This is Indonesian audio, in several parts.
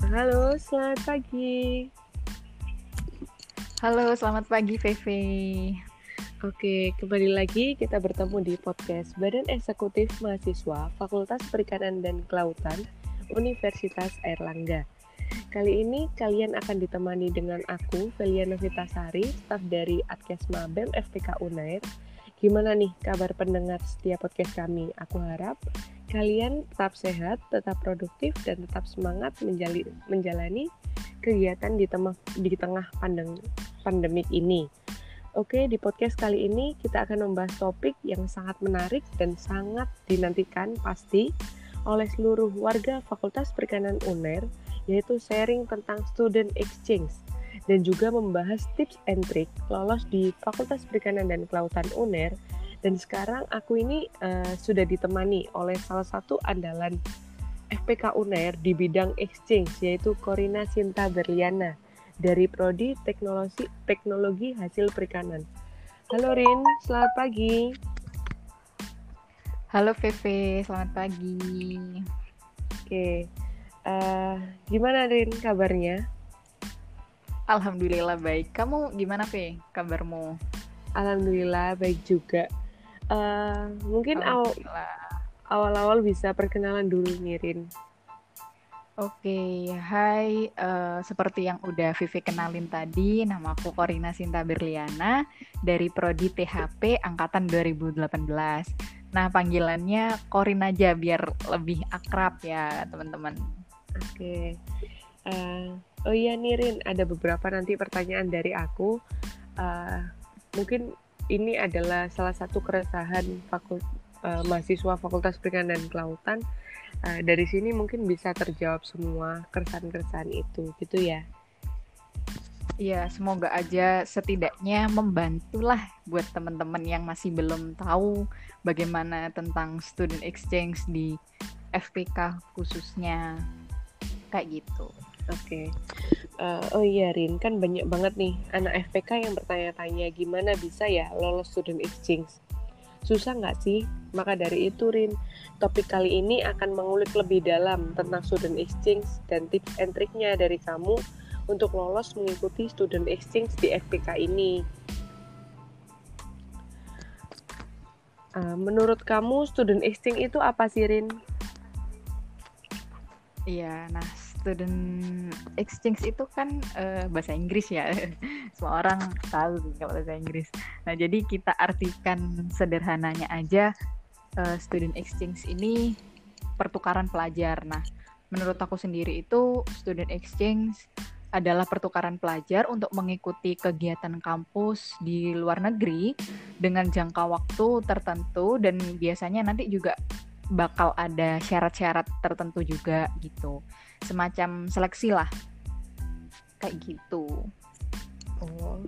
Halo, selamat pagi. Halo, selamat pagi Feve. Oke, kembali lagi kita bertemu di podcast Badan Eksekutif Mahasiswa Fakultas Perikanan dan Kelautan Universitas Airlangga. Kali ini kalian akan ditemani dengan aku, Velia Novitasari, staf dari Adkesma BEM FPK Unair. Gimana nih kabar pendengar setiap podcast kami? Aku harap kalian tetap sehat, tetap produktif, dan tetap semangat menjalani kegiatan di tengah pandemik ini. Oke, di podcast kali ini kita akan membahas topik yang sangat menarik dan sangat dinantikan pasti oleh seluruh warga Fakultas Perikanan UNER, yaitu sharing tentang student exchange dan juga membahas tips and trick lolos di Fakultas Perikanan dan Kelautan UNER. Dan sekarang aku ini sudah ditemani oleh salah satu andalan FPK UNER di bidang exchange, yaitu Corina Sinta Berliana dari Prodi Teknologi Hasil Perikanan. Halo Rin, selamat pagi. Halo Feve, selamat pagi. Oke, gimana Rin kabarnya? Alhamdulillah baik. Kamu gimana Fe, kabarmu? Alhamdulillah baik juga. Mungkin Alhamdulillah. awal-awal bisa perkenalan dulu nih Rin. Oke, hai. Seperti yang udah Vivi kenalin tadi, nama aku Corina Sinta Berliana dari Prodi THP Angkatan 2018. Nah, panggilannya Corin aja biar lebih akrab ya, teman-teman. Oke. Oh iya nih Rin, ada beberapa nanti pertanyaan dari aku. Mungkin ini adalah salah satu keresahan mahasiswa Fakultas Perikanan dan Kelautan. Dari sini mungkin bisa terjawab semua keresahan-keresahan itu, gitu ya. Ya, semoga aja setidaknya membantulah buat teman-teman yang masih belum tahu bagaimana tentang student exchange di FPK khususnya. Kayak gitu. Oke. Oh iya Rin, kan banyak banget nih anak FPK yang bertanya-tanya gimana bisa ya lolos student exchange. Susah nggak sih? Maka dari itu Rin, topik kali ini akan mengulik lebih dalam tentang student exchange dan tips and triknya dari kamu untuk lolos mengikuti student exchange di FPK ini. Menurut kamu student exchange itu apa sih Rin? Iya, nah student exchange itu kan bahasa Inggris ya. Semua orang tahu sih kalau bahasa Inggris. Nah, jadi kita artikan sederhananya aja, student exchange ini pertukaran pelajar. Nah, menurut aku sendiri itu student exchange adalah pertukaran pelajar untuk mengikuti kegiatan kampus di luar negeri dengan jangka waktu tertentu dan biasanya nanti juga bakal ada syarat-syarat tertentu juga gitu. Semacam seleksi lah. Kayak gitu. Oh,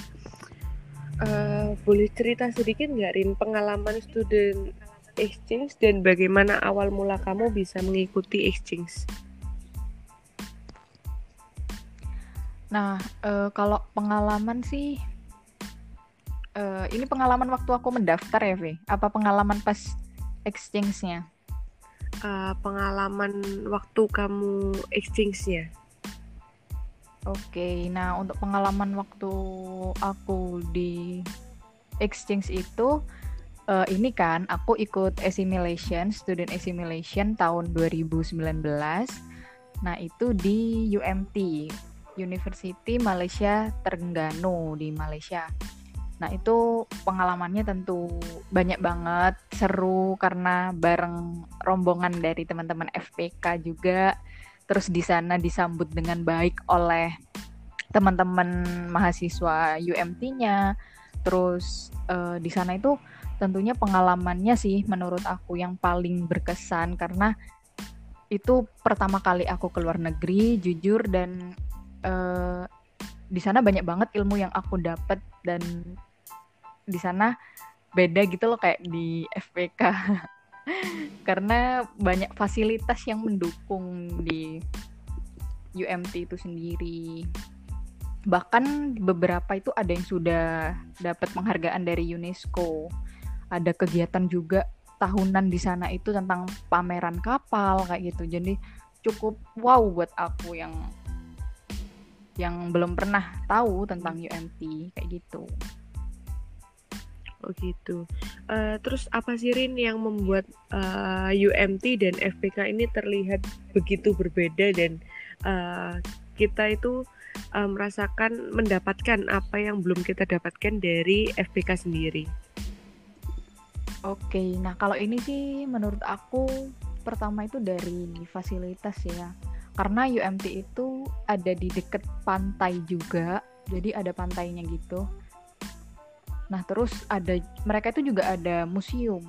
boleh cerita sedikit nggak Rin pengalaman student exchange dan bagaimana awal mula kamu bisa mengikuti exchange? Nah, kalau pengalaman sih, ini pengalaman waktu aku mendaftar ya, V? Apa pengalaman pas exchange-nya? Pengalaman waktu kamu exchange-nya. Oke, nah untuk pengalaman waktu aku di exchange itu, ini kan aku ikut assimilation, student assimilation tahun 2019. Nah, itu di UMT, University Malaysia Terengganu di Malaysia. Nah, itu pengalamannya tentu banyak banget, seru karena bareng rombongan dari teman-teman FPK juga. Terus di sana disambut dengan baik oleh teman-teman mahasiswa UMT-nya. Terus di sana itu tentunya pengalamannya sih menurut aku yang paling berkesan karena itu pertama kali aku ke luar negeri, jujur, dan di sana banyak banget ilmu yang aku dapat dan di sana beda gitu loh kayak di FPK karena banyak fasilitas yang mendukung di UMT itu sendiri. Bahkan beberapa itu ada yang sudah dapat penghargaan dari UNESCO. Ada kegiatan juga tahunan di sana itu tentang pameran kapal kayak gitu. Jadi cukup wow buat aku yang belum pernah tahu tentang UMT kayak gitu. Oh gitu. Terus apa sih Rin yang membuat UMT dan FPK ini terlihat begitu berbeda dan kita itu mendapatkan apa yang belum kita dapatkan dari FPK sendiri? Oke, nah kalau ini sih menurut aku pertama itu dari fasilitas ya. Karena UMT itu ada di deket pantai juga, jadi ada pantainya gitu. Nah terus mereka itu juga ada museum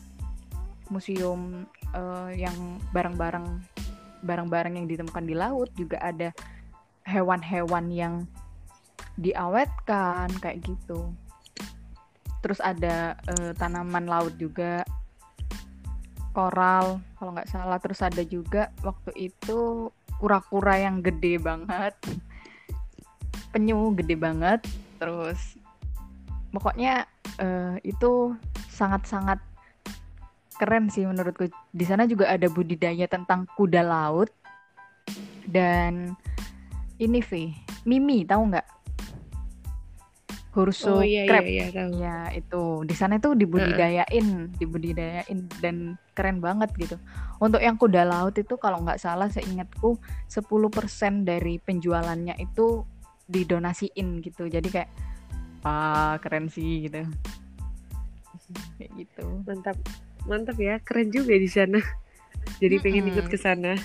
yang barang-barang yang ditemukan di laut, juga ada hewan-hewan yang diawetkan kayak gitu. Terus ada tanaman laut juga, koral kalau nggak salah. Terus ada juga waktu itu kura-kura yang gede banget, penyu gede banget. Terus pokoknya itu sangat-sangat keren sih menurutku. Di sana juga ada budidaya tentang kuda laut dan ini Mimi, tahu nggak? Hursuk crab. Iya, tahu. Ya itu di sana itu dibudidayain dan keren banget gitu. Untuk yang kuda laut itu kalau nggak salah seingatku 10% dari penjualannya itu didonasiin gitu. Jadi kayak keren sih gitu. Kayak gitu. Mantap ya, keren juga di sana. Jadi pengen ikut ke sana.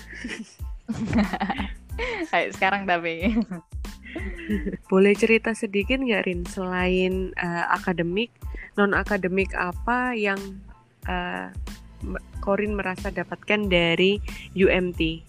Kayak sekarang tapi. Boleh cerita sedikit nggak Rin, selain akademik, non akademik apa yang Korin merasa dapatkan dari UMT?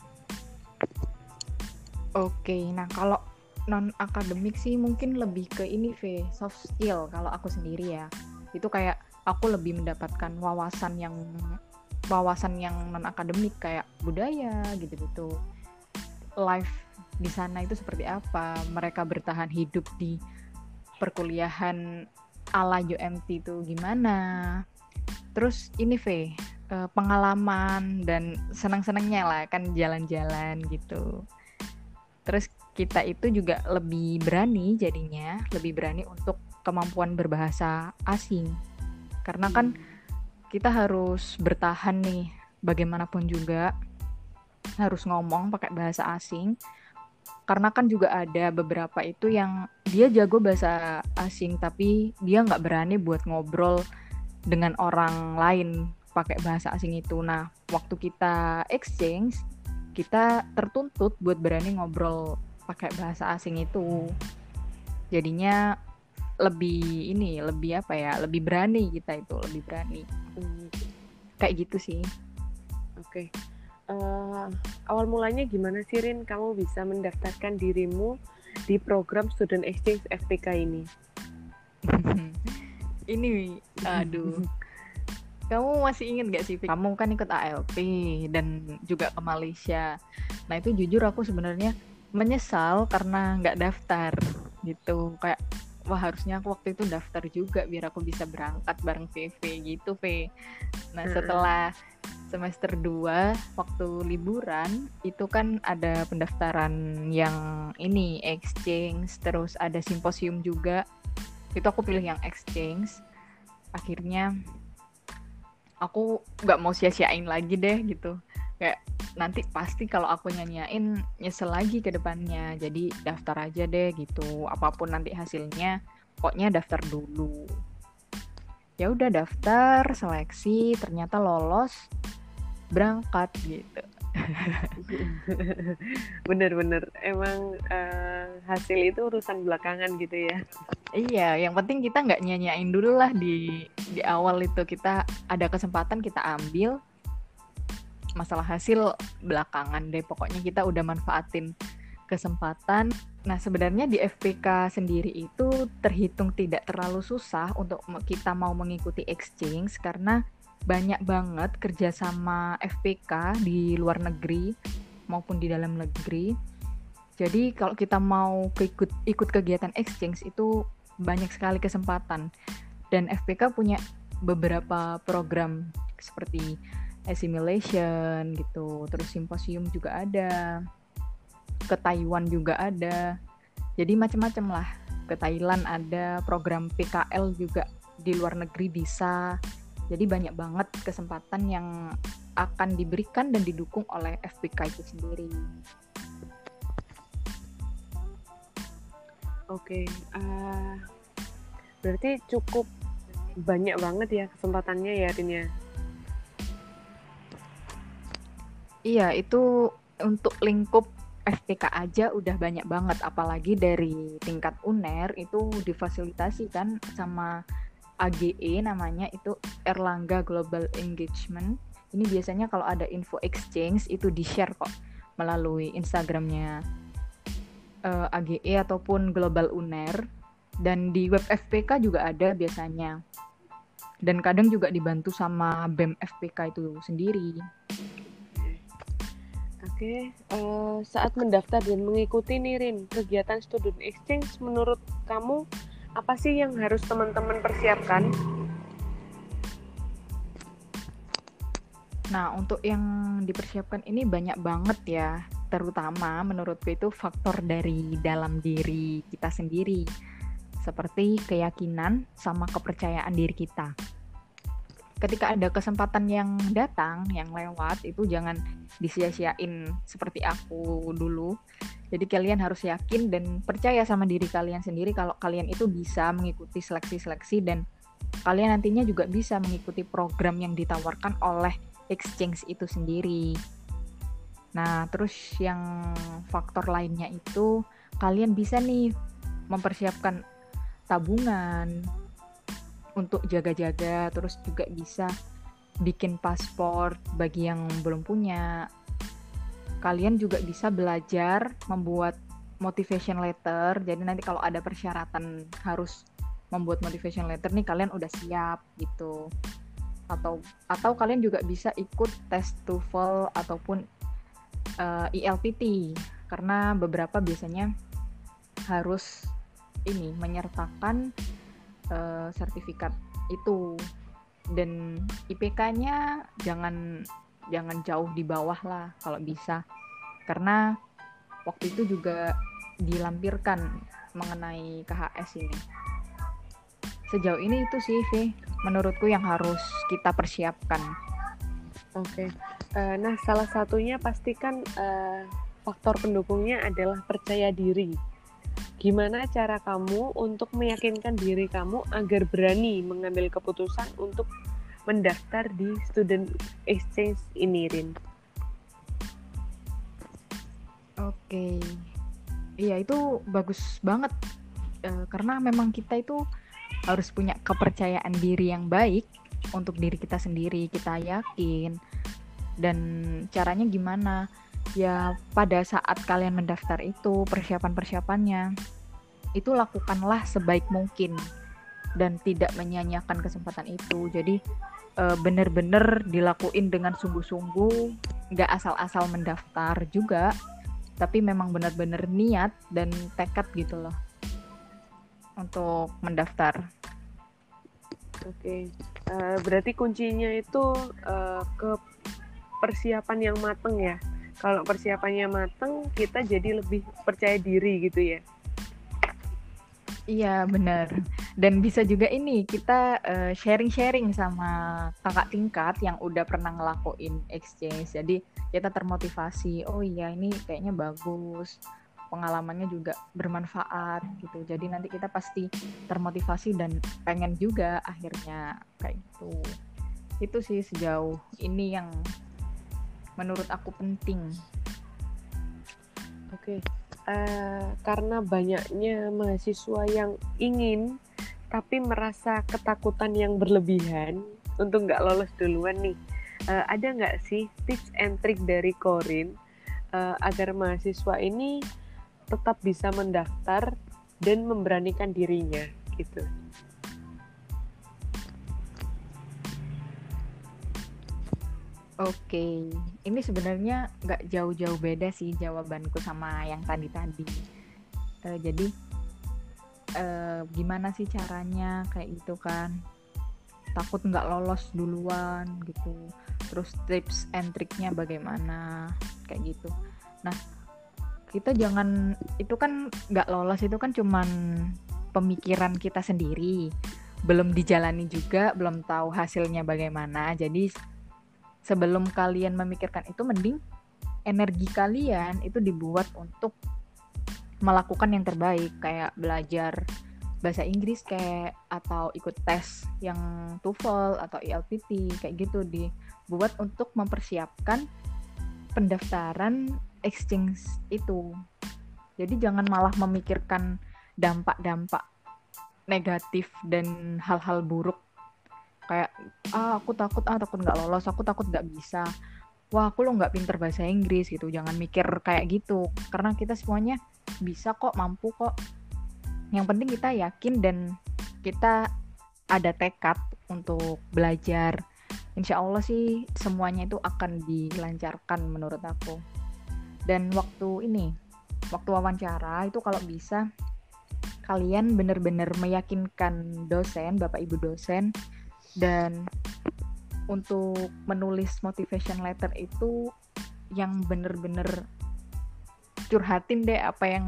Oke, nah kalau non akademik sih mungkin lebih ke ini soft skill kalau aku sendiri ya. Itu kayak aku lebih mendapatkan wawasan yang non akademik kayak budaya gitu-gitu. Life di sana itu seperti apa, mereka bertahan hidup di perkuliahan ala UMT itu gimana. Terus ini pengalaman dan senang-senangnya lah kan jalan-jalan gitu. Terus kita itu juga lebih berani untuk kemampuan berbahasa asing. Karena kan kita harus bertahan nih, bagaimanapun juga harus ngomong pakai bahasa asing. Karena kan juga ada beberapa itu yang dia jago bahasa asing tapi dia nggak berani buat ngobrol dengan orang lain pakai bahasa asing itu. Nah, waktu kita exchange, kita tertuntut buat berani ngobrol pakai bahasa asing itu. Jadinya lebih berani kita itu, lebih berani. Kayak gitu sih. Oke. Awal mulanya gimana sih Rin kamu bisa mendaftarkan dirimu di program Student Exchange FPK ini? Ini aduh. Kamu masih ingat gak sih? Kamu kan ikut ALP dan juga ke Malaysia. Nah itu jujur aku sebenarnya menyesal karena nggak daftar gitu. Kayak wah harusnya aku waktu itu daftar juga biar aku bisa berangkat bareng VV gitu Nah setelah semester 2 waktu liburan itu kan ada pendaftaran yang ini exchange, terus ada simposium juga. Itu aku pilih yang exchange. Akhirnya aku nggak mau sia-siain lagi deh gitu. Kayak nanti pasti kalau aku nyanyain nyesel lagi ke depannya. Jadi daftar aja deh gitu. Apapun nanti hasilnya, pokoknya daftar dulu. Ya udah daftar, seleksi, ternyata lolos, berangkat gitu. Bener-bener emang hasil itu urusan belakangan gitu ya. Iya, yang penting kita nggak nyanyain dulu lah di awal itu. Kita ada kesempatan kita ambil, masalah hasil belakangan deh. Pokoknya kita udah manfaatin kesempatan. Nah sebenarnya di FPK sendiri itu terhitung tidak terlalu susah untuk kita mau mengikuti exchange karena banyak banget kerjasama FPK di luar negeri maupun di dalam negeri. Jadi kalau kita mau ikut kegiatan exchange itu banyak sekali kesempatan. Dan FPK punya beberapa program seperti assimilation gitu. Terus simposium juga ada, ke Taiwan juga ada. Jadi macam-macam lah. Ke Thailand ada, program PKL juga di luar negeri bisa. Jadi banyak banget kesempatan yang akan diberikan dan didukung oleh FPK itu sendiri. Oke, berarti cukup banyak banget ya kesempatannya ya, Rin ya? Iya, itu untuk lingkup FPK aja udah banyak banget, apalagi dari tingkat UNER itu difasilitasi kan sama AGE namanya, itu Erlangga Global Engagement. Ini biasanya kalau ada info exchange itu di-share kok melalui Instagramnya AGE ataupun Global UNER, dan di web FPK juga ada biasanya. Dan kadang juga dibantu sama BEM FPK itu sendiri. Oke, saat mendaftar dan mengikuti nih Rin, kegiatan student exchange menurut kamu apa sih yang harus teman-teman persiapkan? Nah, untuk yang dipersiapkan ini banyak banget ya. Terutama menurutku itu faktor dari dalam diri kita sendiri. Seperti keyakinan sama kepercayaan diri kita. Ketika ada kesempatan yang datang, yang lewat, itu jangan disia-siain seperti aku dulu. Jadi kalian harus yakin dan percaya sama diri kalian sendiri kalau kalian itu bisa mengikuti seleksi-seleksi dan kalian nantinya juga bisa mengikuti program yang ditawarkan oleh exchange itu sendiri. Nah, terus yang faktor lainnya itu kalian bisa nih mempersiapkan tabungan untuk jaga-jaga, terus juga bisa bikin paspor bagi yang belum punya. Kalian juga bisa belajar membuat motivation letter, jadi nanti kalau ada persyaratan harus membuat motivation letter nih kalian udah siap gitu. Atau kalian juga bisa ikut tes TOEFL ataupun ELPT, karena beberapa biasanya harus ini menyertakan sertifikat itu, dan IPK-nya jangan jauh di bawah lah kalau bisa, karena waktu itu juga dilampirkan mengenai KHS ini. Sejauh ini itu sih menurutku yang harus kita persiapkan. Oke, nah salah satunya pastikan faktor pendukungnya adalah percaya diri. Gimana cara kamu untuk meyakinkan diri kamu agar berani mengambil keputusan untuk mendaftar di student exchange ini, Rin? Oke, iya itu bagus banget, karena memang kita itu harus punya kepercayaan diri yang baik untuk diri kita sendiri, kita yakin. Dan caranya gimana? Ya pada saat kalian mendaftar itu persiapan-persiapannya itu lakukanlah sebaik mungkin dan tidak menyia-nyiakan kesempatan itu. Jadi benar-benar dilakuin dengan sungguh-sungguh, nggak asal-asal mendaftar juga, tapi memang benar-benar niat dan tekad gitu loh untuk mendaftar. Oke, berarti kuncinya itu ke persiapan yang mateng ya. Kalau persiapannya mateng, kita jadi lebih percaya diri gitu ya. Iya benar. Dan bisa juga ini kita sharing-sharing sama kakak tingkat yang udah pernah ngelakuin exchange. Jadi kita termotivasi. Oh iya ini kayaknya bagus. Pengalamannya juga bermanfaat gitu. Jadi nanti kita pasti termotivasi dan pengen juga akhirnya kayak gitu. Itu sih sejauh ini yang menurut aku penting. Oke, karena banyaknya mahasiswa yang ingin tapi merasa ketakutan yang berlebihan untuk nggak lolos duluan nih, ada nggak sih tips and trick dari Corin agar mahasiswa ini tetap bisa mendaftar dan memberanikan dirinya gitu? Oke, ini sebenarnya nggak jauh-jauh beda sih jawabanku sama yang tadi-tadi. Jadi gimana sih caranya kayak gitu kan? Takut nggak lolos duluan gitu. terus tips and triknya bagaimana, kayak gitu. Nah, kita jangan, itu kan nggak lolos, itu kan cuman pemikiran kita sendiri, belum dijalani juga, belum tahu hasilnya bagaimana. Jadi sebelum kalian memikirkan itu, mending energi kalian itu dibuat untuk melakukan yang terbaik, kayak belajar bahasa Inggris kayak, atau ikut tes yang TOEFL atau IELTS kayak gitu, dibuat untuk mempersiapkan pendaftaran exchange itu. Jadi jangan malah memikirkan dampak-dampak negatif dan hal-hal buruk, kayak aku takut nggak lolos, aku takut nggak bisa, wah aku lo nggak pinter bahasa Inggris gitu. Jangan mikir kayak gitu, karena kita semuanya bisa kok, mampu kok. Yang penting kita yakin dan kita ada tekad untuk belajar. Insya Allah sih semuanya itu akan dilancarkan menurut aku. Dan waktu wawancara itu kalau bisa kalian benar-benar meyakinkan dosen, Bapak Ibu dosen, dan untuk menulis motivation letter itu yang benar-benar curhatin deh apa yang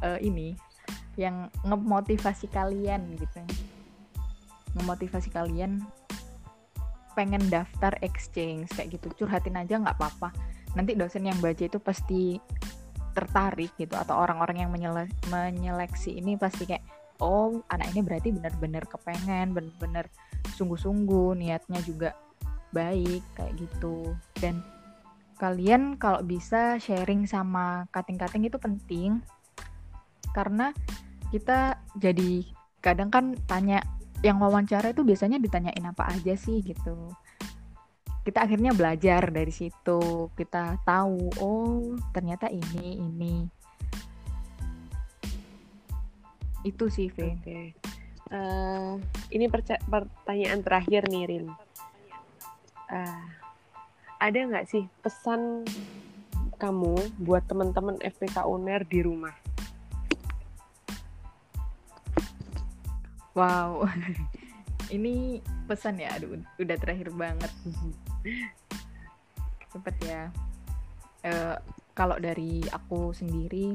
yang ngemotivasi kalian gitu. Ngemotivasi kalian pengen daftar exchange kayak gitu. Curhatin aja nggak apa-apa. Nanti dosen yang baca itu pasti tertarik gitu, atau orang-orang yang menyeleksi ini pasti kayak, oh anak ini berarti benar-benar kepengen, benar-benar sungguh-sungguh, niatnya juga baik kayak gitu. Dan kalian kalau bisa sharing sama kating-kating itu penting, karena kita jadi kadang kan tanya, yang wawancara itu biasanya ditanyain apa aja sih gitu. Kita akhirnya belajar dari situ, kita tahu oh ternyata ini itu sih Vin. Oke. Ini pertanyaan terakhir nih Rin. Ada nggak sih pesan kamu buat teman-teman FPK UNER di rumah? Wow, ini pesan ya, aduh udah terakhir banget. Cepet ya. Kalau dari aku sendiri,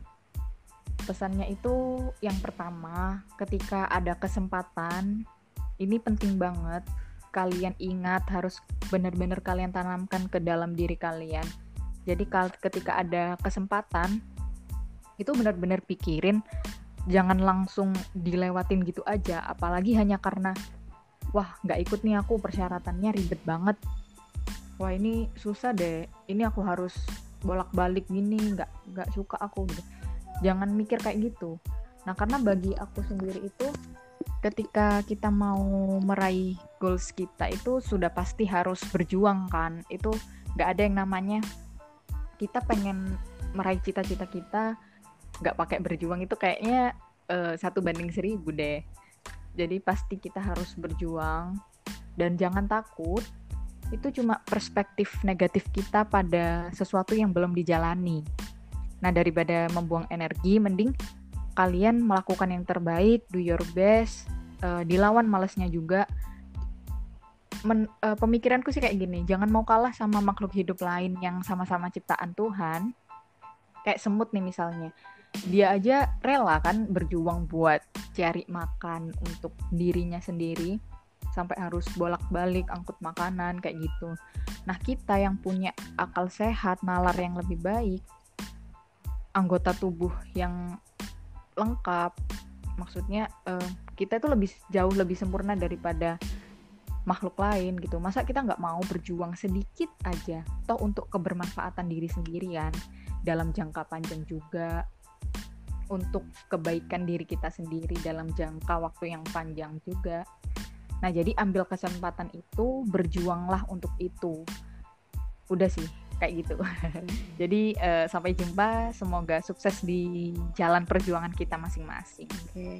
pesannya itu yang pertama, ketika ada kesempatan, ini penting banget kalian ingat, harus benar-benar kalian tanamkan ke dalam diri kalian. Jadi ketika ada kesempatan, itu benar-benar pikirin, jangan langsung dilewatin gitu aja, apalagi hanya karena wah nggak ikut nih aku, persyaratannya ribet banget, wah ini susah deh, ini aku harus bolak-balik gini, nggak suka aku gitu. Jangan mikir kayak gitu. Nah karena bagi aku sendiri itu, ketika kita mau meraih goals kita itu sudah pasti harus berjuang kan. Itu nggak ada yang namanya kita pengen meraih cita-cita kita nggak pakai berjuang, itu kayaknya 1:1000 deh. Jadi pasti kita harus berjuang, dan jangan takut. Itu cuma perspektif negatif kita pada sesuatu yang belum dijalani. Nah daripada membuang energi, mending kalian melakukan yang terbaik, do your best, dilawan malesnya juga. Pemikiranku sih kayak gini, jangan mau kalah sama makhluk hidup lain yang sama-sama ciptaan Tuhan. Kayak semut nih misalnya, dia aja rela kan berjuang buat cari makan untuk dirinya sendiri, sampai harus bolak-balik angkut makanan kayak gitu. Nah kita yang punya akal sehat, nalar yang lebih baik, anggota tubuh yang lengkap, maksudnya kita itu jauh lebih sempurna daripada makhluk lain gitu. Masa kita nggak mau berjuang sedikit aja, toh untuk kebermanfaatan diri sendiri kan, dalam jangka panjang juga, untuk kebaikan diri kita sendiri dalam jangka waktu yang panjang juga. Nah jadi ambil kesempatan itu, berjuanglah untuk itu. Udah sih kayak gitu. Jadi sampai jumpa, semoga sukses di jalan perjuangan kita masing-masing. Oke.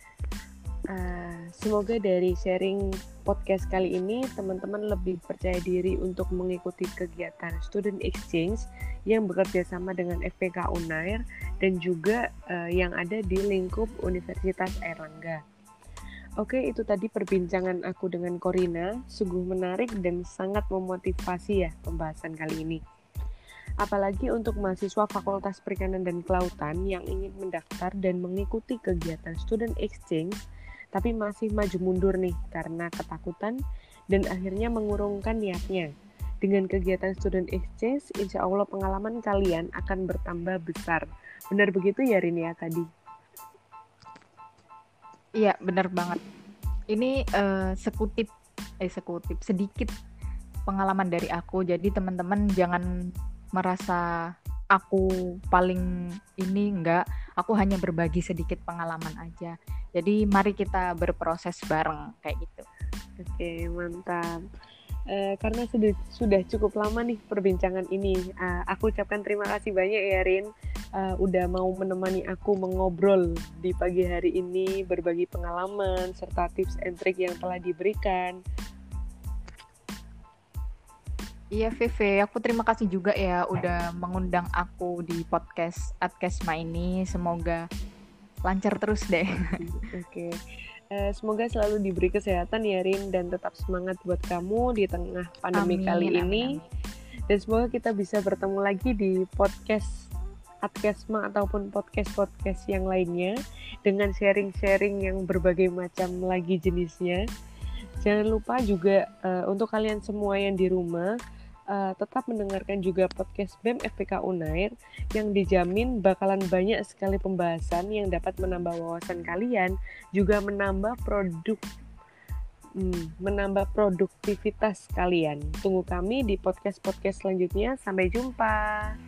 Semoga dari sharing podcast kali ini teman-teman lebih percaya diri untuk mengikuti kegiatan student exchange yang bekerja sama dengan FPK UNAIR dan juga yang ada di lingkup Universitas Airlangga. Oke, itu tadi perbincangan aku dengan Corina, sungguh menarik dan sangat memotivasi ya pembahasan kali ini. Apalagi untuk mahasiswa Fakultas Perikanan dan Kelautan yang ingin mendaftar dan mengikuti kegiatan student exchange, tapi masih maju mundur nih karena ketakutan dan akhirnya mengurungkan niatnya. Dengan kegiatan student exchange, insya Allah pengalaman kalian akan bertambah besar. Benar begitu ya Rin ya tadi? Iya, benar banget. Ini sedikit pengalaman dari aku. Jadi teman-teman jangan merasa aku paling ini, enggak. Aku hanya berbagi sedikit pengalaman aja. Jadi mari kita berproses bareng kayak gitu. Oke, mantap. Karena sudah cukup lama nih perbincangan ini, aku ucapkan terima kasih banyak ya Rin, udah mau menemani aku mengobrol di pagi hari ini, berbagi pengalaman serta tips and trick yang telah diberikan. Iya Vivi, aku terima kasih juga ya udah mengundang aku di podcast Adkesma ini. Semoga lancar terus deh. Oke. Semoga selalu diberi kesehatan ya Rin, dan tetap semangat buat kamu di tengah pandemi kali ini. Dan semoga kita bisa bertemu lagi di podcast Adkesma ataupun podcast-podcast yang lainnya dengan sharing-sharing yang berbagai macam lagi jenisnya. Jangan lupa juga untuk kalian semua yang di rumah tetap mendengarkan juga podcast BEM FPK Unair yang dijamin bakalan banyak sekali pembahasan yang dapat menambah wawasan kalian, juga menambah produktivitas kalian. Tunggu kami di podcast-podcast selanjutnya. Sampai jumpa.